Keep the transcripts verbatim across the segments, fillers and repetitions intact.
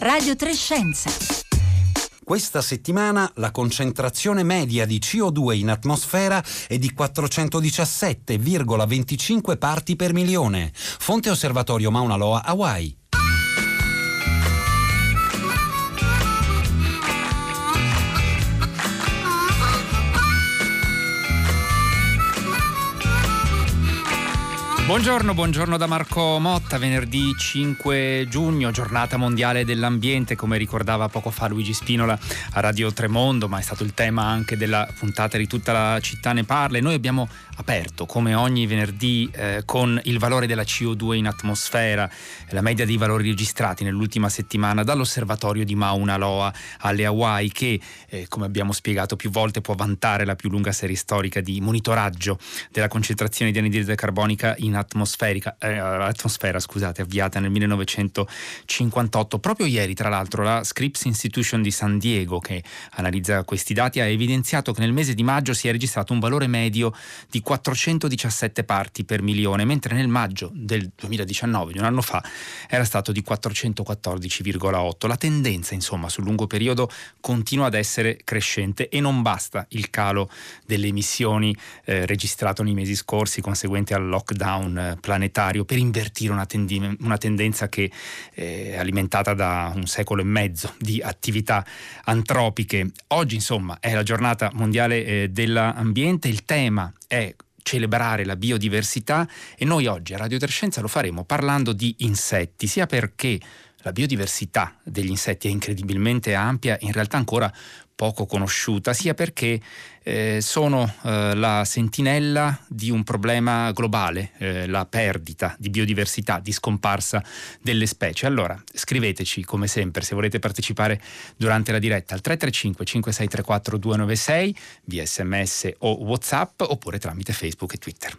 Radio tre Scienza. Questa settimana la concentrazione media di C O due in atmosfera è di quattrocentodiciassette virgola venticinque parti per milione. Fonte Osservatorio Mauna Loa, Hawaii. Buongiorno, buongiorno da Marco Motta. Venerdì cinque giugno, giornata mondiale dell'ambiente, come ricordava poco fa Luigi Spinola a Radio Tremondo, ma è stato il tema anche della puntata di Tutta la città ne parla. E noi abbiamo aperto, come ogni venerdì, eh, con il valore della C O due in atmosfera, la media dei valori registrati nell'ultima settimana dall'osservatorio di Mauna Loa alle Hawaii, che, eh, come abbiamo spiegato più volte, può vantare la più lunga serie storica di monitoraggio della concentrazione di anidride carbonica in atmosferica, eh, atmosfera, scusate, avviata nel millenovecentocinquantotto. Proprio ieri, tra l'altro, la Scripps Institution di San Diego, che analizza questi dati, ha evidenziato che nel mese di maggio si è registrato un valore medio di quattrocentodiciassette parti per milione, mentre nel maggio del duemiladiciannove, di un anno fa, era stato di quattrocentoquattordici virgola otto. La tendenza, insomma, sul lungo periodo continua ad essere crescente e non basta il calo delle emissioni eh, registrato nei mesi scorsi, conseguente al lockdown planetario, per invertire una, tendi- una tendenza che è alimentata da un secolo e mezzo di attività antropiche. Oggi, insomma, è la giornata mondiale eh, dell'ambiente. Il tema è celebrare la biodiversità e noi oggi a Radio tre Scienza lo faremo parlando di insetti, sia perché la biodiversità degli insetti è incredibilmente ampia e in realtà ancora poco conosciuta, sia perché eh, sono eh, la sentinella di un problema globale, eh, la perdita di biodiversità, di scomparsa delle specie. Allora scriveteci, come sempre, se volete partecipare durante la diretta al tre tre cinque cinque sei tre quattro due nove sei via sms o WhatsApp, oppure tramite Facebook e Twitter.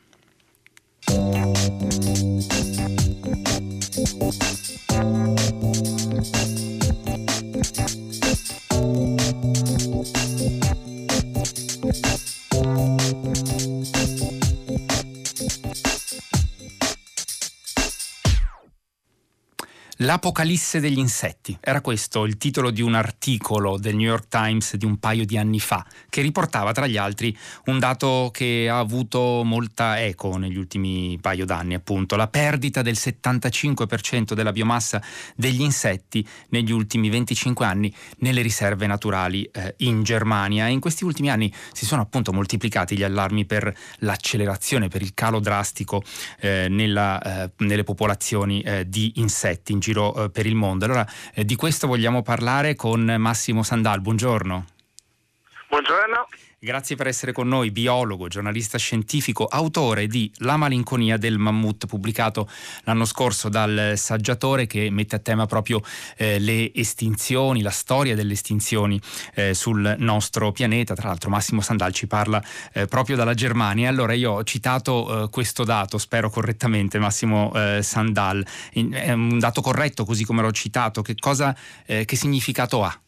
L'apocalisse degli insetti. Era questo il titolo di un articolo del New York Times di un paio di anni fa, che riportava tra gli altri un dato che ha avuto molta eco negli ultimi paio d'anni, appunto, la perdita del settantacinque per cento della biomassa degli insetti negli ultimi venticinque anni nelle riserve naturali eh, in Germania. E in questi ultimi anni si sono appunto moltiplicati gli allarmi per l'accelerazione, per il calo drastico eh, nella, eh, nelle popolazioni eh, di insetti in giro per il mondo. Allora eh, di questo vogliamo parlare con Massimo Sandal. Buongiorno. Buongiorno. Grazie per essere con noi, biologo, giornalista scientifico, autore di La malinconia del mammut, pubblicato l'anno scorso dal Saggiatore, che mette a tema proprio eh, le estinzioni, la storia delle estinzioni eh, sul nostro pianeta. Tra l'altro Massimo Sandal ci parla eh, proprio dalla Germania. Allora io ho citato eh, questo dato, spero correttamente, Massimo eh, Sandal. In, è un dato corretto così come l'ho citato? Che cosa, eh, che significato ha?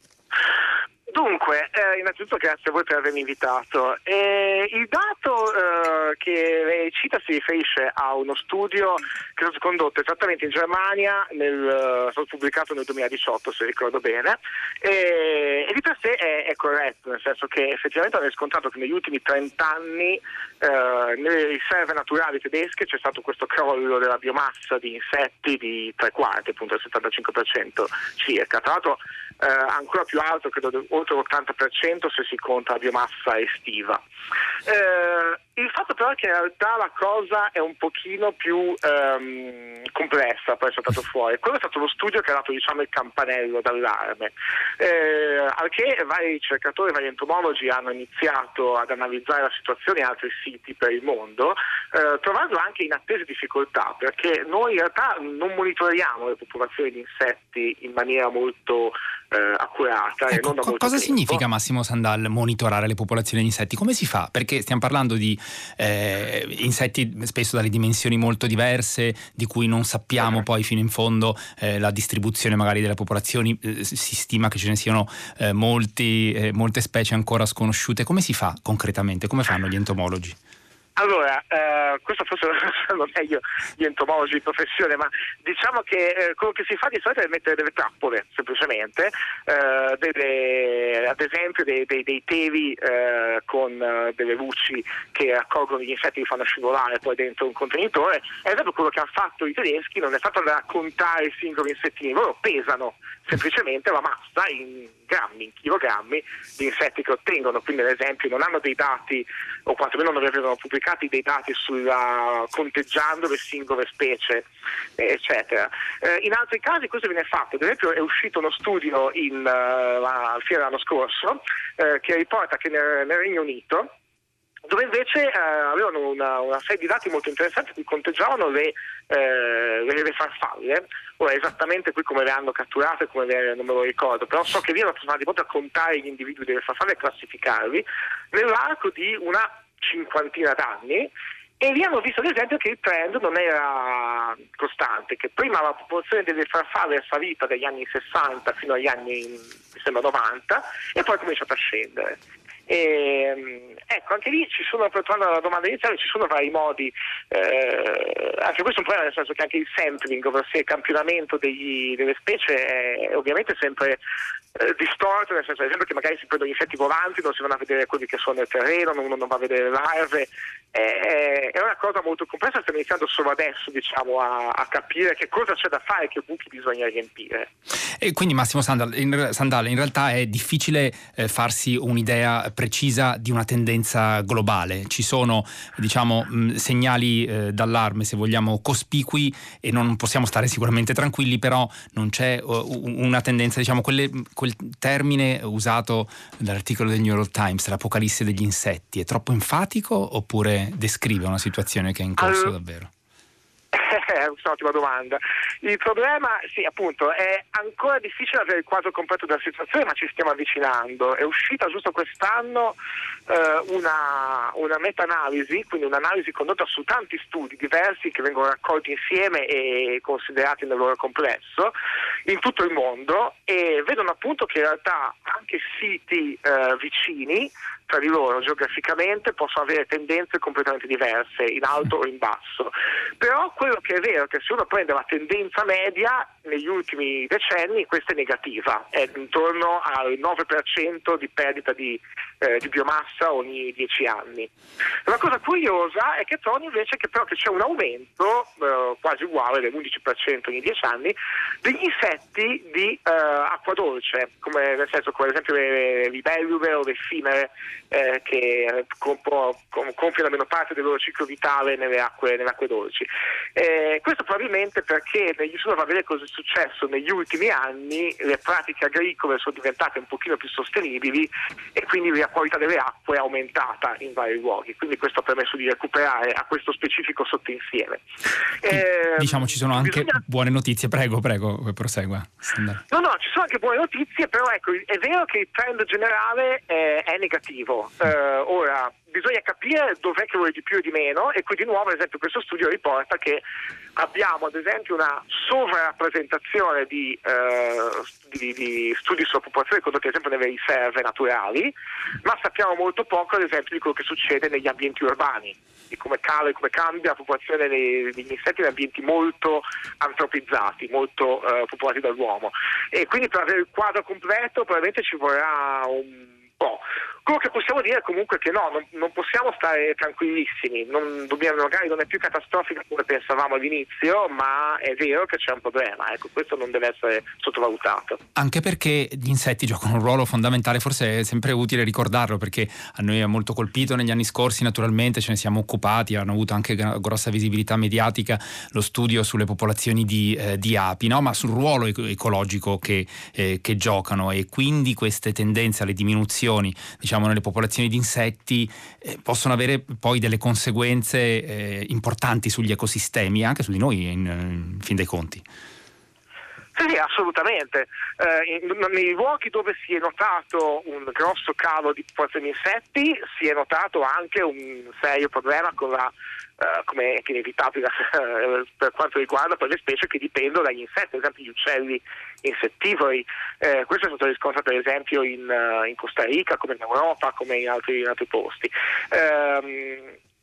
Dunque, eh, innanzitutto grazie a voi per avermi invitato. Eh, il dato eh, che lei cita si riferisce a uno studio che è stato condotto esattamente in Germania, nel, è stato pubblicato nel duemiladiciotto, se ricordo bene, e, e di per sé è, è corretto, nel senso che effettivamente hanno riscontrato che negli ultimi trent'anni eh, nelle riserve naturali tedesche c'è stato questo crollo della biomassa di insetti di tre quarti, appunto il settantacinque per cento circa. Tra l'altro Eh, ancora più alto, credo oltre l'ottanta per cento se si conta la biomassa estiva. Eh, il fatto però è che in realtà la cosa è un pochino più ehm, complessa, poi è saltato fuori. Quello è stato lo studio che ha dato, diciamo, il campanello d'allarme, eh, al che vari ricercatori, vari entomologi hanno iniziato ad analizzare la situazione in altri siti per il mondo, eh, trovando anche inattese difficoltà, perché noi in realtà non monitoriamo le popolazioni di insetti in maniera molto eh, accurata. Ecco, e non da co- molto cosa tempo. significa, Massimo Sandal, monitorare le popolazioni di insetti? Come si fa? Perché stiamo parlando di eh, insetti spesso dalle dimensioni molto diverse, di cui non sappiamo uh-huh. poi fino in fondo eh, la distribuzione magari delle popolazioni. Eh, si stima che ce ne siano eh, molti, eh, molte specie ancora sconosciute. Come si fa concretamente? Come fanno gli entomologi? Allora, eh, questo forse non è io gli entomologi di professione, ma diciamo che eh, quello che si fa di solito è mettere delle trappole, semplicemente, eh, delle, ad esempio dei, dei, dei tevi eh, con eh, delle luci che raccolgono gli insetti, li fanno scivolare poi dentro un contenitore. Ad esempio quello che hanno fatto i tedeschi non è stato andare a contare i singoli insettini, loro pesano semplicemente la massa in grammi, in chilogrammi di insetti che ottengono, quindi ad esempio non hanno dei dati, o quantomeno non avevano pubblicati dei dati sulla conteggiando le singole specie, eccetera. Eh, in altri casi questo viene fatto, ad esempio è uscito uno studio in, uh, la fine dell'anno scorso eh, che riporta che nel, nel Regno Unito, dove invece eh, avevano una, una serie di dati molto interessanti che conteggiavano le, eh, le, le farfalle. Ora esattamente qui come le hanno catturate, come le, non me lo ricordo, però so che lì erano stati proprio a contare gli individui delle farfalle e classificarli nell'arco di una cinquantina d'anni, e lì hanno visto ad esempio che il trend non era costante, che prima la popolazione delle farfalle è salita dagli anni sessanta fino agli anni mi sembra novanta e poi è cominciata a scendere. E, ecco, anche lì ci sono, per tornare alla domanda iniziale, ci sono vari modi, eh, anche questo è un problema, nel senso che anche il sampling, ovvero il campionamento degli, delle specie è, è ovviamente sempre eh, distorto, nel senso ad esempio che magari si prendono gli insetti volanti, non si vanno a vedere quelli che sono nel terreno, uno non va a vedere le larve, è, è una cosa molto complessa. Stiamo iniziando solo adesso, diciamo, a, a capire che cosa c'è da fare, che buchi bisogna riempire. E quindi Massimo Sandal, in, Sandal, in realtà è difficile eh, farsi un'idea precisa di una tendenza globale. Ci sono, diciamo, mh, segnali eh, d'allarme, se vogliamo, cospicui, e non possiamo stare sicuramente tranquilli, però non c'è uh, una tendenza, diciamo, quelle, quel termine usato dall'articolo del New York Times, l'apocalisse degli insetti, è troppo enfatico oppure descrive una situazione che è in corso allora, davvero? È un'ottima domanda. Il problema, sì, appunto, è ancora difficile avere il quadro completo della situazione, ma ci stiamo avvicinando. È uscita giusto quest'anno eh, una, una meta-analisi, quindi un'analisi condotta su tanti studi diversi che vengono raccolti insieme e considerati nel loro complesso in tutto il mondo, e vedono appunto che in realtà anche siti eh, vicini tra di loro geograficamente possono avere tendenze completamente diverse, in alto o in basso. Però quello che è vero è che se uno prende la tendenza media negli ultimi decenni, questa è negativa, è intorno al nove per cento di perdita di, eh, di biomassa ogni dieci anni. La cosa curiosa è che trovo invece che però che c'è un aumento eh, quasi uguale dell'undici per cento ogni dieci anni degli insetti di eh, acqua dolce, come nel senso come ad esempio le libellule o le effimere, eh, che compo, com, compiono la meno parte del loro ciclo vitale nelle acque, nelle acque dolci. Eh, questo probabilmente perché negli solo va a vedere cosa è successo negli ultimi anni, le pratiche agricole sono diventate un pochino più sostenibili e quindi la qualità delle acque è aumentata in vari luoghi, quindi questo ha permesso di recuperare a questo specifico sottoinsieme. Eh, diciamo ci sono anche bisogna... buone notizie, prego, prego, prosegua. No, no, ci sono anche buone notizie, però ecco, è vero che il trend generale è, è negativo. Eh, ora, bisogna capire dov'è che vuole di più e di meno, e qui di nuovo, ad esempio, questo studio riporta che abbiamo, ad esempio, una sovrarappresentazione di, eh, di, di studi sulla popolazione condotti, ad esempio, nelle riserve naturali, ma sappiamo molto poco, ad esempio, di quello che succede negli ambienti urbani, di come cala e come cambia la popolazione degli insetti in ambienti molto antropizzati, molto eh, popolati dall'uomo. E quindi per avere il quadro completo probabilmente ci vorrà un po'. Quello che possiamo dire è comunque che no, non, non possiamo stare tranquillissimi, non dobbiamo, magari non è più catastrofica come pensavamo all'inizio, ma è vero che c'è un problema, ecco, questo non deve essere sottovalutato. Anche perché gli insetti giocano un ruolo fondamentale, forse è sempre utile ricordarlo, perché a noi è molto colpito negli anni scorsi, naturalmente ce ne siamo occupati, hanno avuto anche grossa visibilità mediatica lo studio sulle popolazioni di, eh, di api, no? Ma sul ruolo ecologico che, eh, che giocano, e quindi queste tendenze alle diminuzioni, diciamo, nelle popolazioni di insetti eh, possono avere poi delle conseguenze eh, importanti sugli ecosistemi e anche su di noi in, in fin dei conti. Sì, assolutamente. Eh, in, nei luoghi dove si è notato un grosso calo di popolazione di insetti si è notato anche un serio problema con la Uh, come è inevitabile uh, per quanto riguarda poi le specie che dipendono dagli insetti, ad esempio gli uccelli insettivori. Uh, questo è stato riscontrato per esempio in, uh, in Costa Rica, come in Europa, come in altri, in altri posti. Uh,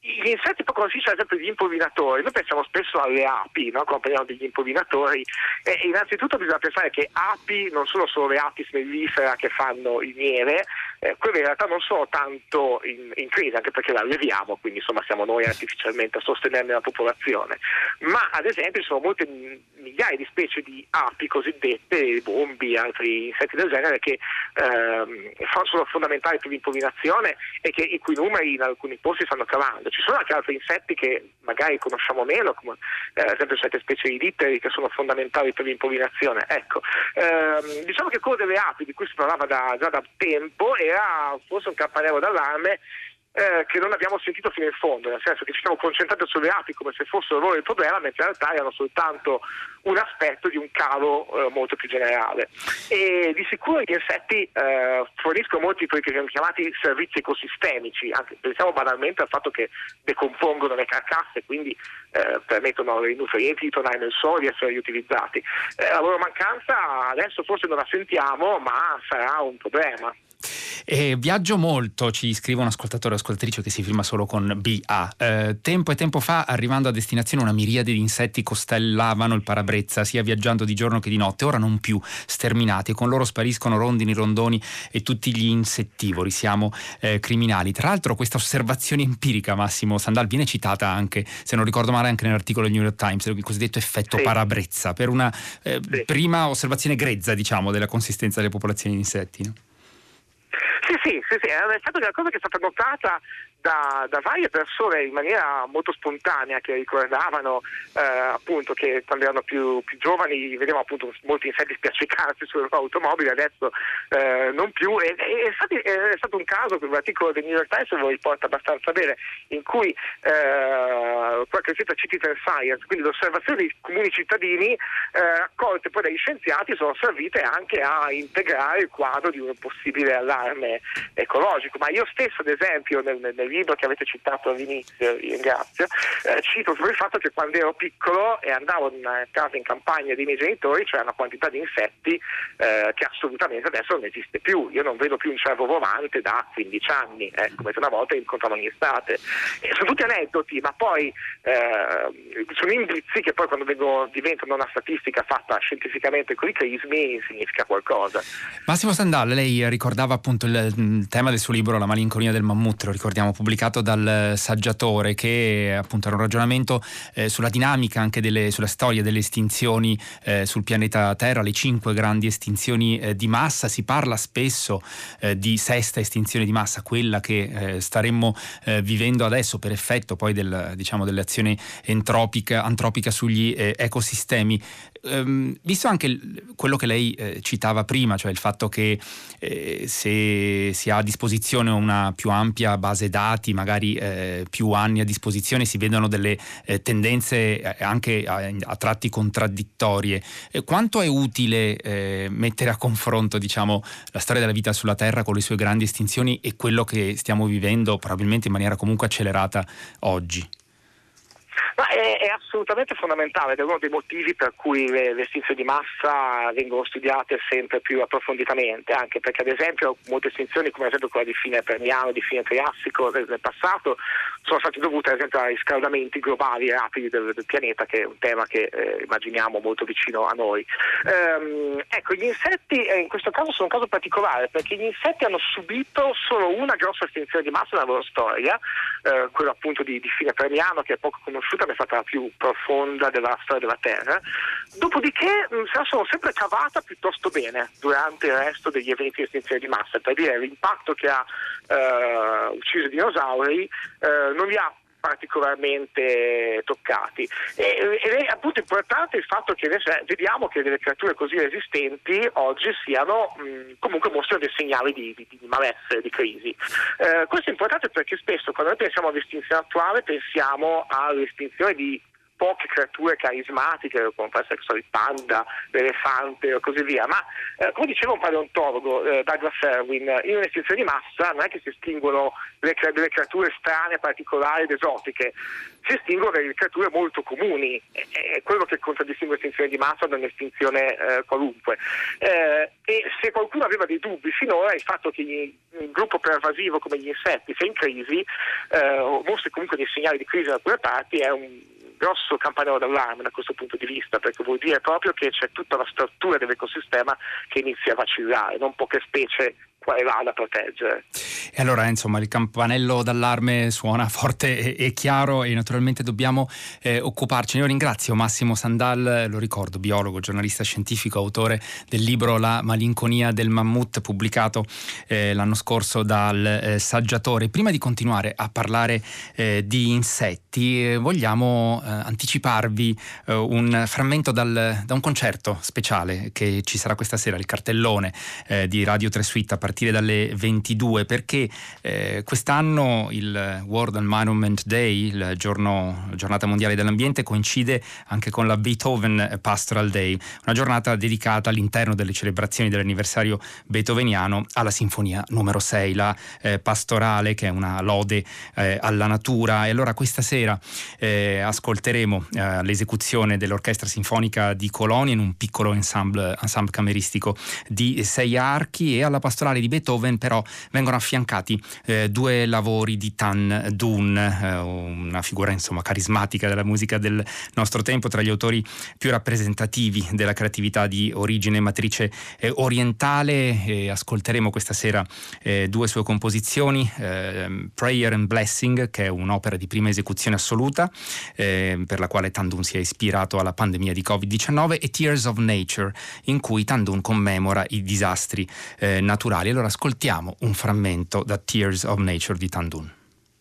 gli insetti, poi quando si dice ad esempio gli impovinatori, noi pensiamo spesso alle api, no? Quando parliamo degli impovinatori, e innanzitutto bisogna pensare che api non sono solo le api mellifera che fanno il miele, eh, quelle in realtà non sono tanto in, in crisi, anche perché le alleviamo, quindi insomma siamo noi artificialmente a sostenerne la popolazione, ma ad esempio ci sono molte migliaia di specie di api cosiddette, bombi, altri insetti del genere, che ehm, sono fondamentali per l'impovinazione e che i cui numeri in alcuni posti stanno calando. Ci sono anche altri insetti che magari conosciamo meno, come eh, ad esempio certe specie di litteri che sono fondamentali per l'impovinazione. Ecco, ehm, diciamo che quello delle api, di cui si parlava da, già da tempo, era forse un campanello d'allarme Eh, che non abbiamo sentito fino in fondo, nel senso che ci siamo concentrati sulle api come se fossero loro il problema, mentre in realtà erano soltanto un aspetto di un calo eh, molto più generale. E di sicuro gli insetti eh, forniscono molti quelli che vengono chiamati servizi ecosistemici, anche pensiamo banalmente al fatto che decompongono le carcasse, quindi eh, permettono ai nutrienti di tornare nel suolo, di essere riutilizzati. Eh, la loro mancanza adesso forse non la sentiamo, ma sarà un problema. E viaggio molto, ci scrive un ascoltatore o ascoltatrice che si firma solo con B A. Eh, tempo e tempo fa, arrivando a destinazione, una miriade di insetti costellavano il parabrezza, sia viaggiando di giorno che di notte. Ora non più, sterminati, e con loro spariscono rondini, rondoni e tutti gli insettivori. Siamo eh, criminali. Tra l'altro questa osservazione empirica, Massimo Sandal, viene citata anche, se non ricordo male, anche nell'articolo del New York Times, il cosiddetto effetto sì. parabrezza, per una eh, sì. prima osservazione grezza, diciamo, della consistenza delle popolazioni di insetti, no? Sì, sì, sì, sì, è stata una cosa che è stata notata da, da varie persone in maniera molto spontanea, che ricordavano eh, appunto che quando erano più, più giovani vedevamo appunto molti insetti spiaccicarsi sulle loro automobili, adesso eh, non più, e, e, è, stato, è stato un caso, l'articolo del New York Times lo riporta abbastanza bene, in cui eh, qualche cita Citizen Science, quindi le osservazioni di comuni cittadini eh, raccolte poi dagli scienziati sono servite anche a integrare il quadro di un possibile allarme ecologico. Ma io stesso, ad esempio, nel, nel libro che avete citato all'inizio, vi ringrazio, eh, cito proprio il fatto che quando ero piccolo e andavo in una casa in campagna dei miei genitori c'era una quantità di insetti eh, che assolutamente adesso non esiste più. Io non vedo più un cervo volante da quindici anni, eh, come se una volta incontravano in estate. E sono tutti aneddoti, ma poi eh, sono indizi che poi quando vengono, diventano una statistica fatta scientificamente con i crismi significa qualcosa. Massimo Sandal, lei ricordava appunto il, il tema del suo libro La malinconia del mammut, lo ricordiamo, pubblicato dal Saggiatore, che appunto era un ragionamento eh, sulla dinamica anche delle, sulla storia delle estinzioni eh, sul pianeta Terra, le cinque grandi estinzioni eh, di massa. Si parla spesso eh, di sesta estinzione di massa, quella che eh, staremmo eh, vivendo adesso per effetto poi del, diciamo, dell'azione entropica, antropica sugli eh, ecosistemi. Ehm, visto anche il, quello che lei eh, citava prima, cioè il fatto che eh, se si ha a disposizione una più ampia base dati, magari eh, più anni a disposizione, si vedono delle eh, tendenze eh, anche a, a tratti contraddittorie. Eh, quanto è utile eh, mettere a confronto, diciamo, la storia della vita sulla Terra con le sue grandi estinzioni e quello che stiamo vivendo probabilmente in maniera comunque accelerata oggi? Ma è, è assolutamente fondamentale ed è uno dei motivi per cui le, le estinzioni di massa vengono studiate sempre più approfonditamente, anche perché ad esempio molte estinzioni, come ad esempio quella di fine Permiano, di fine Triassico nel, nel passato, sono state dovute ad esempio a riscaldamenti globali rapidi del, del pianeta, che è un tema che eh, immaginiamo molto vicino a noi. Ehm, ecco, gli insetti eh, in questo caso sono un caso particolare, perché gli insetti hanno subito solo una grossa estinzione di massa nella loro storia, eh, quella appunto di, di fine Permiano, che è poco conosciuta, è stata la più profonda della storia della Terra. Dopodiché mh, se la sono sempre cavata piuttosto bene durante il resto degli eventi di estinzione di massa, per dire l'impatto che ha eh, ucciso i dinosauri eh, non li ha particolarmente toccati, e, ed è appunto importante il fatto che vediamo che delle creature così resistenti oggi siano mh, comunque mostrano dei segnali di, di, di malessere, di crisi. Eh, questo è importante perché spesso quando noi pensiamo all'estinzione attuale pensiamo all'estinzione di poche creature carismatiche, come può essere il panda, l'elefante o così via, ma eh, come diceva un paleontologo, eh, Douglas Irwin, in un'estinzione di massa non è che si estinguono le, delle creature strane, particolari ed esotiche, si estinguono delle creature molto comuni, è quello che contraddistingue l'estinzione di massa da un'estinzione eh, qualunque. Eh, e se qualcuno aveva dei dubbi finora, il fatto che un gruppo pervasivo come gli insetti sia in crisi eh, o mostri comunque dei segnali di crisi da alcune parti è un grosso campanello d'allarme da questo punto di vista, perché vuol dire proprio che c'è tutta la struttura dell'ecosistema che inizia a vacillare, non poche specie qua e là da proteggere. E allora insomma il campanello d'allarme suona forte e, e chiaro, e naturalmente dobbiamo eh, occuparci. Io ringrazio Massimo Sandal, lo ricordo, biologo, giornalista scientifico, autore del libro La malinconia del mammut, pubblicato eh, l'anno scorso dal eh, Saggiatore. Prima di continuare a parlare eh, di insetti eh, vogliamo eh, anticiparvi eh, un frammento dal, da un concerto speciale che ci sarà questa sera, il cartellone eh, di Radio tre Suite a partire dalle ventidue, perché eh, quest'anno il World Environment Day, il giorno, giornata mondiale dell'ambiente, coincide anche con la Beethoven Pastoral Day, una giornata dedicata all'interno delle celebrazioni dell'anniversario beethoveniano alla sinfonia numero sei, la eh, pastorale, che è una lode eh, alla natura. E allora questa sera eh, ascolteremo eh, l'esecuzione dell'Orchestra Sinfonica di Colonia in un piccolo ensemble, ensemble cameristico di sei archi, e alla pastorale di Beethoven però vengono affiancati eh, due lavori di Tan Dun, eh, una figura insomma carismatica della musica del nostro tempo, tra gli autori più rappresentativi della creatività di origine matrice eh, orientale. E ascolteremo questa sera eh, due sue composizioni, eh, Prayer and Blessing, che è un'opera di prima esecuzione assoluta eh, per la quale Tan Dun si è ispirato alla pandemia di covid diciannove, e Tears of Nature, in cui Tan Dun commemora i disastri eh, naturali. Allora ascoltiamo un frammento da Tears of Nature di Tan Dun.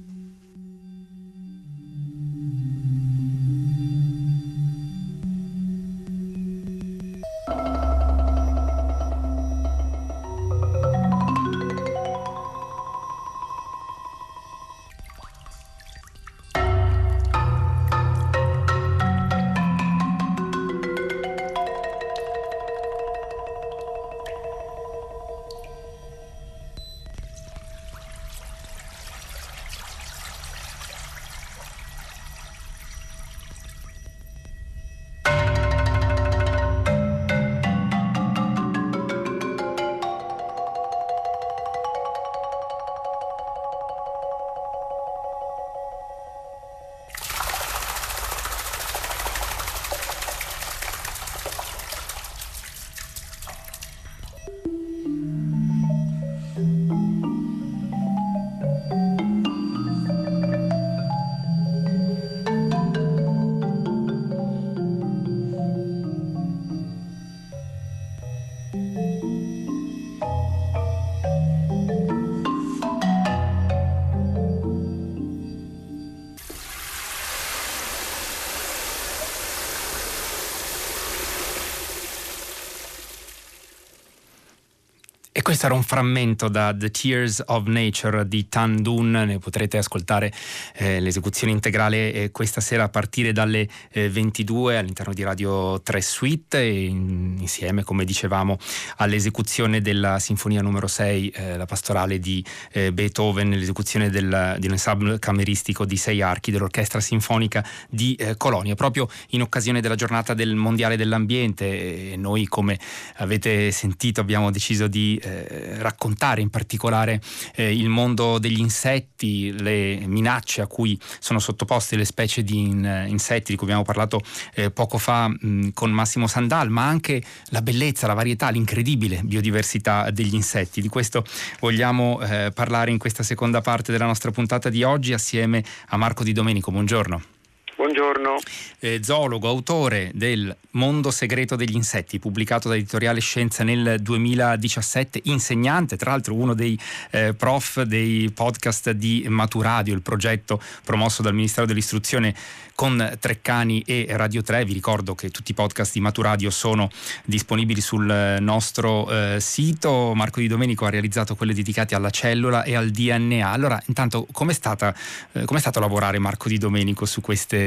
E questo era un frammento da The Tears of Nature di Tan Dun. Ne potrete ascoltare eh, l'esecuzione integrale eh, questa sera a partire dalle eh, ventidue all'interno di Radio tre Suite, e in, insieme, come dicevamo, all'esecuzione della Sinfonia numero sei, eh, la pastorale di eh, Beethoven, l'esecuzione del, di un ensemble cameristico di sei archi dell'Orchestra Sinfonica di eh, Colonia, proprio in occasione della giornata del Mondiale dell'Ambiente. E noi, come avete sentito, abbiamo deciso di Eh, raccontare in particolare eh, il mondo degli insetti, le minacce a cui sono sottoposte le specie di in, insetti di cui abbiamo parlato eh, poco fa mh, con Massimo Sandal, ma anche la bellezza, la varietà, l'incredibile biodiversità degli insetti. Di questo vogliamo eh, parlare in questa seconda parte della nostra puntata di oggi assieme a Marco Di Domenico. Buongiorno. Buongiorno. Eh, zoologo, autore del Mondo segreto degli insetti, pubblicato da Editoriale Scienza nel duemiladiciassette, insegnante, tra l'altro uno dei eh, prof dei podcast di Maturadio, il progetto promosso dal Ministero dell'Istruzione con Treccani e Radio tre. Vi ricordo che tutti i podcast di Maturadio sono disponibili sul nostro eh, sito. Marco Di Domenico ha realizzato quelli dedicati alla cellula e al D N A. Allora, intanto, com'è stata, eh, com'è stato lavorare, Marco Di Domenico, su queste lezioni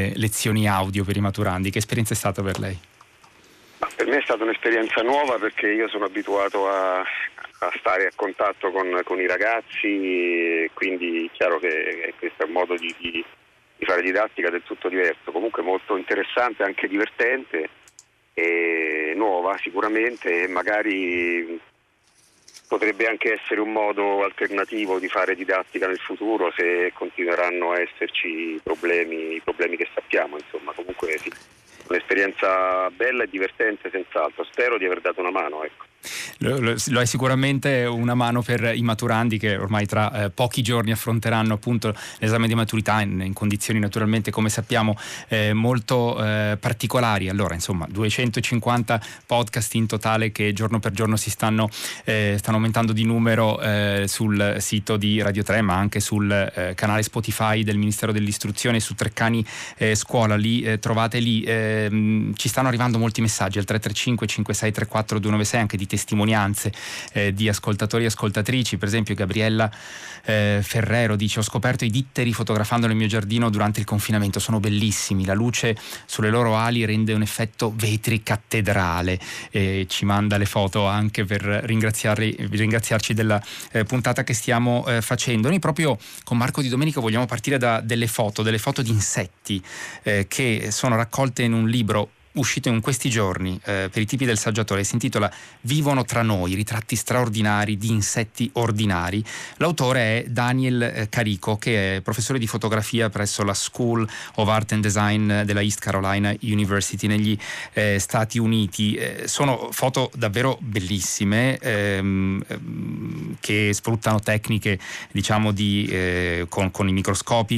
lezioni audio per i maturandi. Che esperienza è stata per lei? Per me è stata un'esperienza nuova perché io sono abituato a, a stare a contatto con, con i ragazzi, quindi è chiaro che questo è un modo di, di, di fare didattica del tutto diverso, comunque molto interessante, anche divertente e nuova sicuramente, e magari potrebbe anche essere un modo alternativo di fare didattica nel futuro se continueranno a esserci problemi, i problemi che sappiamo, insomma, comunque sì. Un'esperienza bella e divertente senz'altro, spero di aver dato una mano, ecco. Lo, lo, lo è sicuramente una mano per i maturandi che ormai tra eh, pochi giorni affronteranno appunto l'esame di maturità in, in condizioni naturalmente, come sappiamo, eh, molto eh, particolari. Allora insomma duecentocinquanta podcast in totale che giorno per giorno si stanno, eh, stanno aumentando di numero eh, sul sito di Radio tre, ma anche sul eh, canale Spotify del Ministero dell'Istruzione, su Treccani eh, Scuola, lì eh, trovate lì, eh, ci stanno arrivando molti messaggi al tre tre cinque cinque sei tre quattro due nove sei anche di testimonianze eh, di ascoltatori e ascoltatrici. Per esempio Gabriella eh, Ferrero dice: ho scoperto i ditteri fotografando nel mio giardino durante il confinamento, sono bellissimi, la luce sulle loro ali rende un effetto vetri cattedrale, e ci manda le foto anche per ringraziarli, ringraziarci della eh, puntata che stiamo eh, facendo. Noi proprio con Marco Di Domenico vogliamo partire da delle foto, delle foto di insetti eh, che sono raccolte in un libro uscito in questi giorni eh, per i tipi del saggiatore. Si intitola Vivono tra noi, ritratti straordinari di insetti ordinari. L'autore è Daniel eh, Carico, che è professore di fotografia presso la School of Art and Design della East Carolina University negli eh, Stati Uniti. Eh, sono foto davvero bellissime ehm, che sfruttano tecniche, diciamo, di eh, con, con i microscopi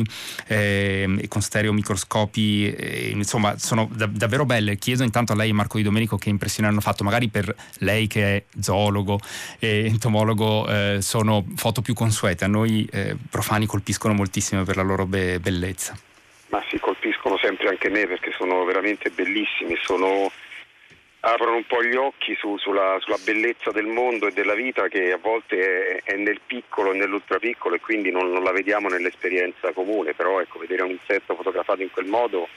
eh, e con stereomicroscopi, eh, insomma sono da, davvero belle. Chiedo intanto a lei e Marco Di Domenico che impressione hanno fatto, magari per lei che è zoologo e entomologo eh, sono foto più consuete, a noi eh, profani colpiscono moltissimo per la loro be- bellezza. Ma sì, colpiscono sempre anche me perché sono veramente bellissimi, sono aprono un po' gli occhi su, sulla, sulla bellezza del mondo e della vita, che a volte è, è nel piccolo e nell'ultra piccolo, e quindi non, non la vediamo nell'esperienza comune, però ecco, vedere un insetto fotografato in quel modo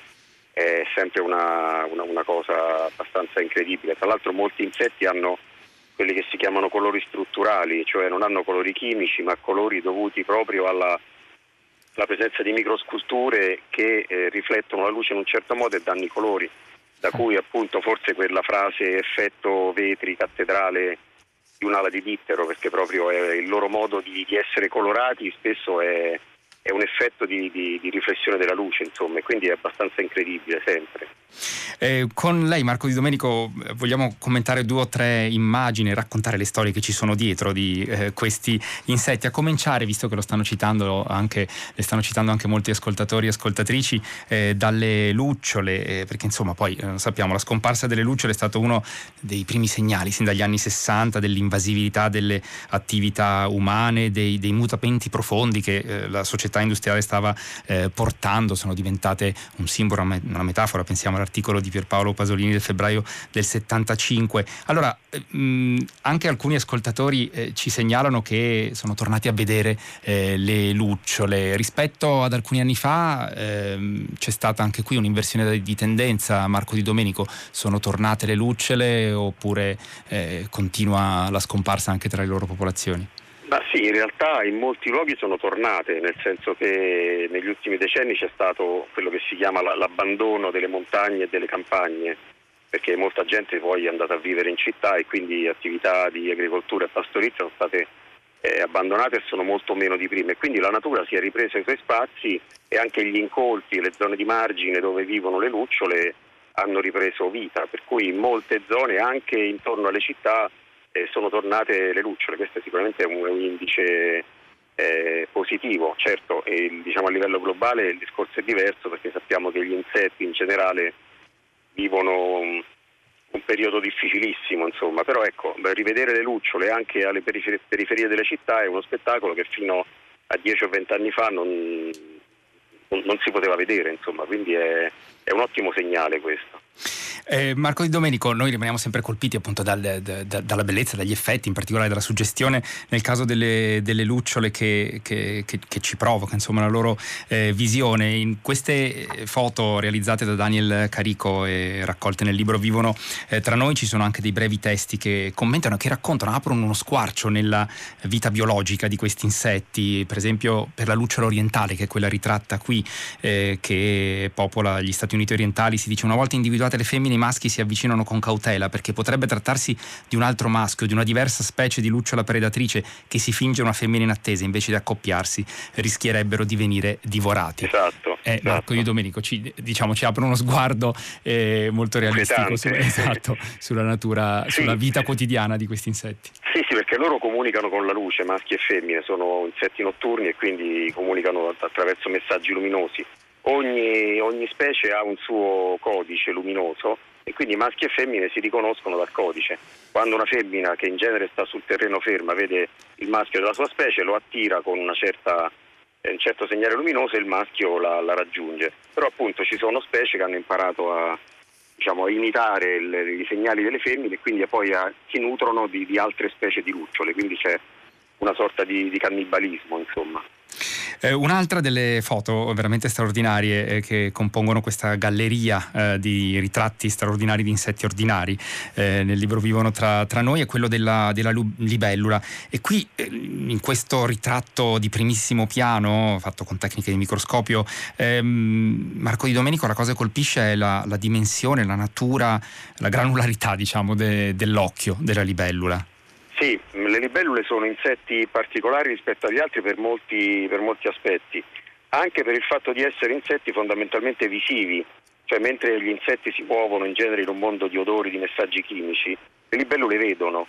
è sempre una, una, una cosa abbastanza incredibile. Tra l'altro molti insetti hanno quelli che si chiamano colori strutturali, cioè non hanno colori chimici ma colori dovuti proprio alla, alla presenza di microsculture che eh, riflettono la luce in un certo modo e danno i colori, da cui appunto forse quella frase effetto vetri cattedrale di un'ala di dittero, perché proprio è il loro modo di, di essere colorati spesso è è un effetto di, di, di riflessione della luce, insomma, e quindi è abbastanza incredibile sempre. Eh, con lei, Marco Di Domenico, vogliamo commentare due o tre immagini, raccontare le storie che ci sono dietro di eh, questi insetti, a cominciare, visto che lo stanno citando anche, le stanno citando anche molti ascoltatori e ascoltatrici, eh, dalle lucciole, eh, perché insomma poi eh, sappiamo, la scomparsa delle lucciole è stato uno dei primi segnali sin dagli anni sessanta dell'invasività delle attività umane, dei, dei mutamenti profondi che eh, la società industriale stava eh, portando, sono diventate un simbolo, una metafora. Pensiamo all'articolo di Pierpaolo Pasolini del febbraio del settantacinque. Allora mh, anche alcuni ascoltatori eh, ci segnalano che sono tornati a vedere eh, le lucciole rispetto ad alcuni anni fa. Eh, c'è stata anche qui un'inversione di tendenza. Marco Di Domenico, sono tornate le lucciole oppure eh, continua la scomparsa anche tra le loro popolazioni? Ma sì, in realtà in molti luoghi sono tornate, nel senso che negli ultimi decenni c'è stato quello che si chiama l'abbandono delle montagne e delle campagne, perché molta gente poi è andata a vivere in città e quindi attività di agricoltura e pastorizia sono state eh, abbandonate e sono molto meno di prima, e quindi la natura si è ripresa i suoi spazi e anche gli incolti, le zone di margine dove vivono le lucciole hanno ripreso vita, per cui in molte zone anche intorno alle città Eh, sono tornate le lucciole. Questo è sicuramente un, un indice eh, positivo. Certo, eh, diciamo a livello globale il discorso è diverso, perché sappiamo che gli insetti in generale vivono um, un periodo difficilissimo, insomma, però ecco, beh, rivedere le lucciole anche alle perifer- periferie delle città è uno spettacolo che fino a dieci o venti anni fa non, non, non si poteva vedere, insomma, quindi è, è un ottimo segnale questo. Eh, Marco Di Domenico, noi rimaniamo sempre colpiti appunto dal, da, da, dalla bellezza, dagli effetti, in particolare dalla suggestione nel caso delle, delle lucciole che, che, che, che ci provoca, insomma, la loro eh, visione. In queste foto realizzate da Daniel Carico e raccolte nel libro Vivono eh, tra noi ci sono anche dei brevi testi che commentano, che raccontano, aprono uno squarcio nella vita biologica di questi insetti, per esempio per la lucciola orientale, che è quella ritratta qui, eh, che popola gli Stati Uniti orientali. Si dice: una volta individuate le femmine, i maschi si avvicinano con cautela, perché potrebbe trattarsi di un altro maschio, di una diversa specie di lucciola predatrice che si finge una femmina in attesa, invece di accoppiarsi rischierebbero di venire divorati. Esatto. Eh, esatto. Marco Di Domenico ci, diciamo, ci apre uno sguardo eh, molto realistico su, esatto, sulla natura, sì, sulla vita sì. quotidiana di questi insetti. Sì, sì, perché loro comunicano con la luce, maschi e femmine, sono insetti notturni e quindi comunicano attraverso messaggi luminosi. Ogni, ogni specie ha un suo codice luminoso e quindi maschi e femmine si riconoscono dal codice. Quando una femmina, che in genere sta sul terreno ferma, vede il maschio della sua specie, lo attira con una certa, un certo segnale luminoso e il maschio la, la raggiunge. Però appunto ci sono specie che hanno imparato a, diciamo, a imitare il, i segnali delle femmine e quindi poi a, si nutrono di, di altre specie di lucciole, quindi c'è una sorta di, di cannibalismo, insomma. Eh, un'altra delle foto veramente straordinarie eh, che compongono questa galleria eh, di ritratti straordinari di insetti ordinari eh, nel libro Vivono tra, tra noi è quello della, della libellula, e qui eh, in questo ritratto di primissimo piano fatto con tecniche di microscopio, ehm, Marco Di Domenico, la cosa che colpisce è la, la dimensione, la natura, la granularità, diciamo, de, dell'occhio della libellula. Sì, le libellule sono insetti particolari rispetto agli altri per molti, per molti aspetti, anche per il fatto di essere insetti fondamentalmente visivi, cioè mentre gli insetti si muovono in genere in un mondo di odori, di messaggi chimici, le libellule vedono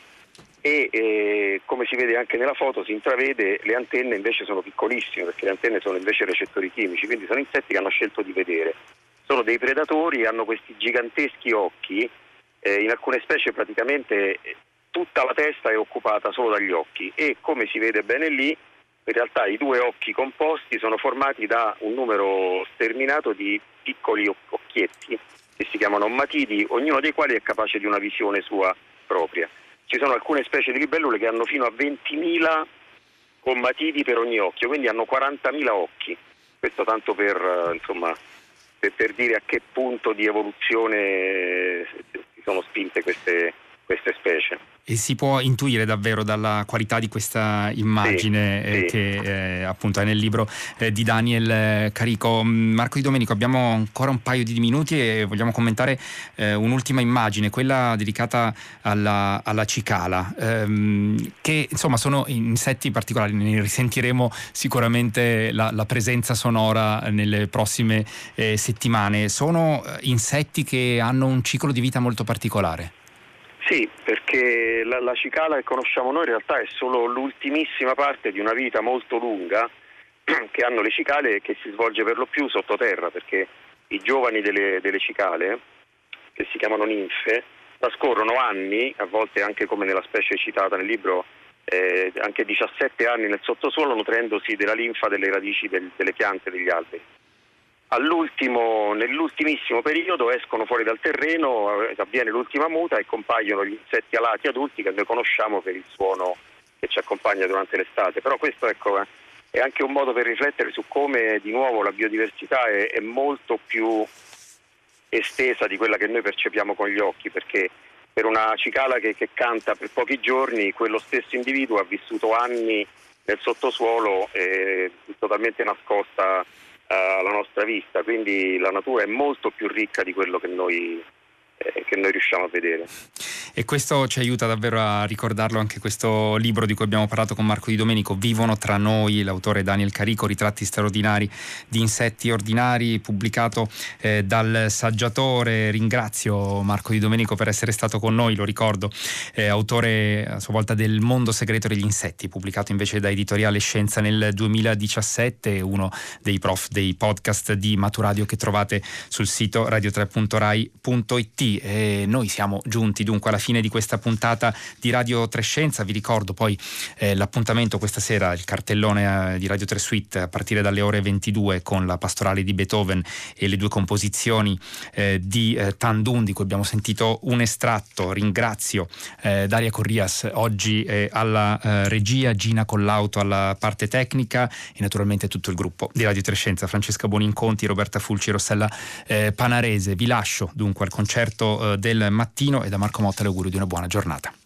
e eh, come si vede anche nella foto si intravede, le antenne invece sono piccolissime perché le antenne sono invece recettori chimici, quindi sono insetti che hanno scelto di vedere. Sono dei predatori, hanno questi giganteschi occhi, eh, in alcune specie praticamente tutta la testa è occupata solo dagli occhi e, come si vede bene lì, in realtà i due occhi composti sono formati da un numero sterminato di piccoli occhietti che si chiamano ommatidi, ognuno dei quali è capace di una visione sua propria. Ci sono alcune specie di libellule che hanno fino a ventimila ommatidi per ogni occhio, quindi hanno quarantamila occhi. Questo tanto per, insomma, per, per dire a che punto di evoluzione si sono spinte queste queste specie. E si può intuire davvero dalla qualità di questa immagine sì, eh, sì. che eh, appunto è nel libro eh, di Daniel Carico. Marco Di Domenico, abbiamo ancora un paio di minuti e vogliamo commentare eh, un'ultima immagine, quella dedicata alla, alla cicala, ehm, che insomma sono insetti particolari, ne risentiremo sicuramente la, la presenza sonora nelle prossime eh, settimane. Sono insetti che hanno un ciclo di vita molto particolare. Sì, perché la, la cicala che conosciamo noi in realtà è solo l'ultimissima parte di una vita molto lunga che hanno le cicale, che si svolge per lo più sottoterra, perché i giovani delle, delle cicale, che si chiamano ninfe, trascorrono anni, a volte anche come nella specie citata nel libro, eh, anche diciassette anni nel sottosuolo, nutrendosi della linfa delle radici del, delle piante e degli alberi. All'ultimo, nell'ultimissimo periodo escono fuori dal terreno, avviene l'ultima muta e compaiono gli insetti alati adulti che noi conosciamo per il suono che ci accompagna durante l'estate. Però questo, ecco, è anche un modo per riflettere su come di nuovo la biodiversità è, è molto più estesa di quella che noi percepiamo con gli occhi, perché per una cicala che, che canta per pochi giorni, quello stesso individuo ha vissuto anni nel sottosuolo eh, totalmente nascosta alla nostra vista, quindi la natura è molto più ricca di quello che noi, eh, che noi riusciamo a vedere. E questo ci aiuta davvero a ricordarlo anche questo libro di cui abbiamo parlato con Marco Di Domenico, Vivono tra noi, l'autore Daniel Carico, ritratti straordinari di insetti ordinari, pubblicato eh, dal Saggiatore. Ringrazio Marco Di Domenico per essere stato con noi, lo ricordo, eh, autore a sua volta del Mondo segreto degli insetti, pubblicato invece da Editoriale Scienza nel duemiladiciassette, uno dei prof dei podcast di Maturadio che trovate sul sito radio tre punto rai punto it. minuti e noi siamo giunti dunque alla fine di questa puntata di Radio tre Scienza. Vi ricordo poi eh, l'appuntamento questa sera, il cartellone eh, di Radio tre Suite a partire dalle ore ventidue con la pastorale di Beethoven e le due composizioni eh, di eh, Tandun, di cui abbiamo sentito un estratto. Ringrazio eh, Daria Corrias oggi eh, alla eh, regia, Gina Collauto alla parte tecnica e naturalmente tutto il gruppo di Radio tre Scienza, Francesca Buoninconti, Roberta Fulci, Rossella eh, Panarese. Vi lascio dunque al concerto eh, del mattino e da Marco Motta l'augurio di una buona giornata.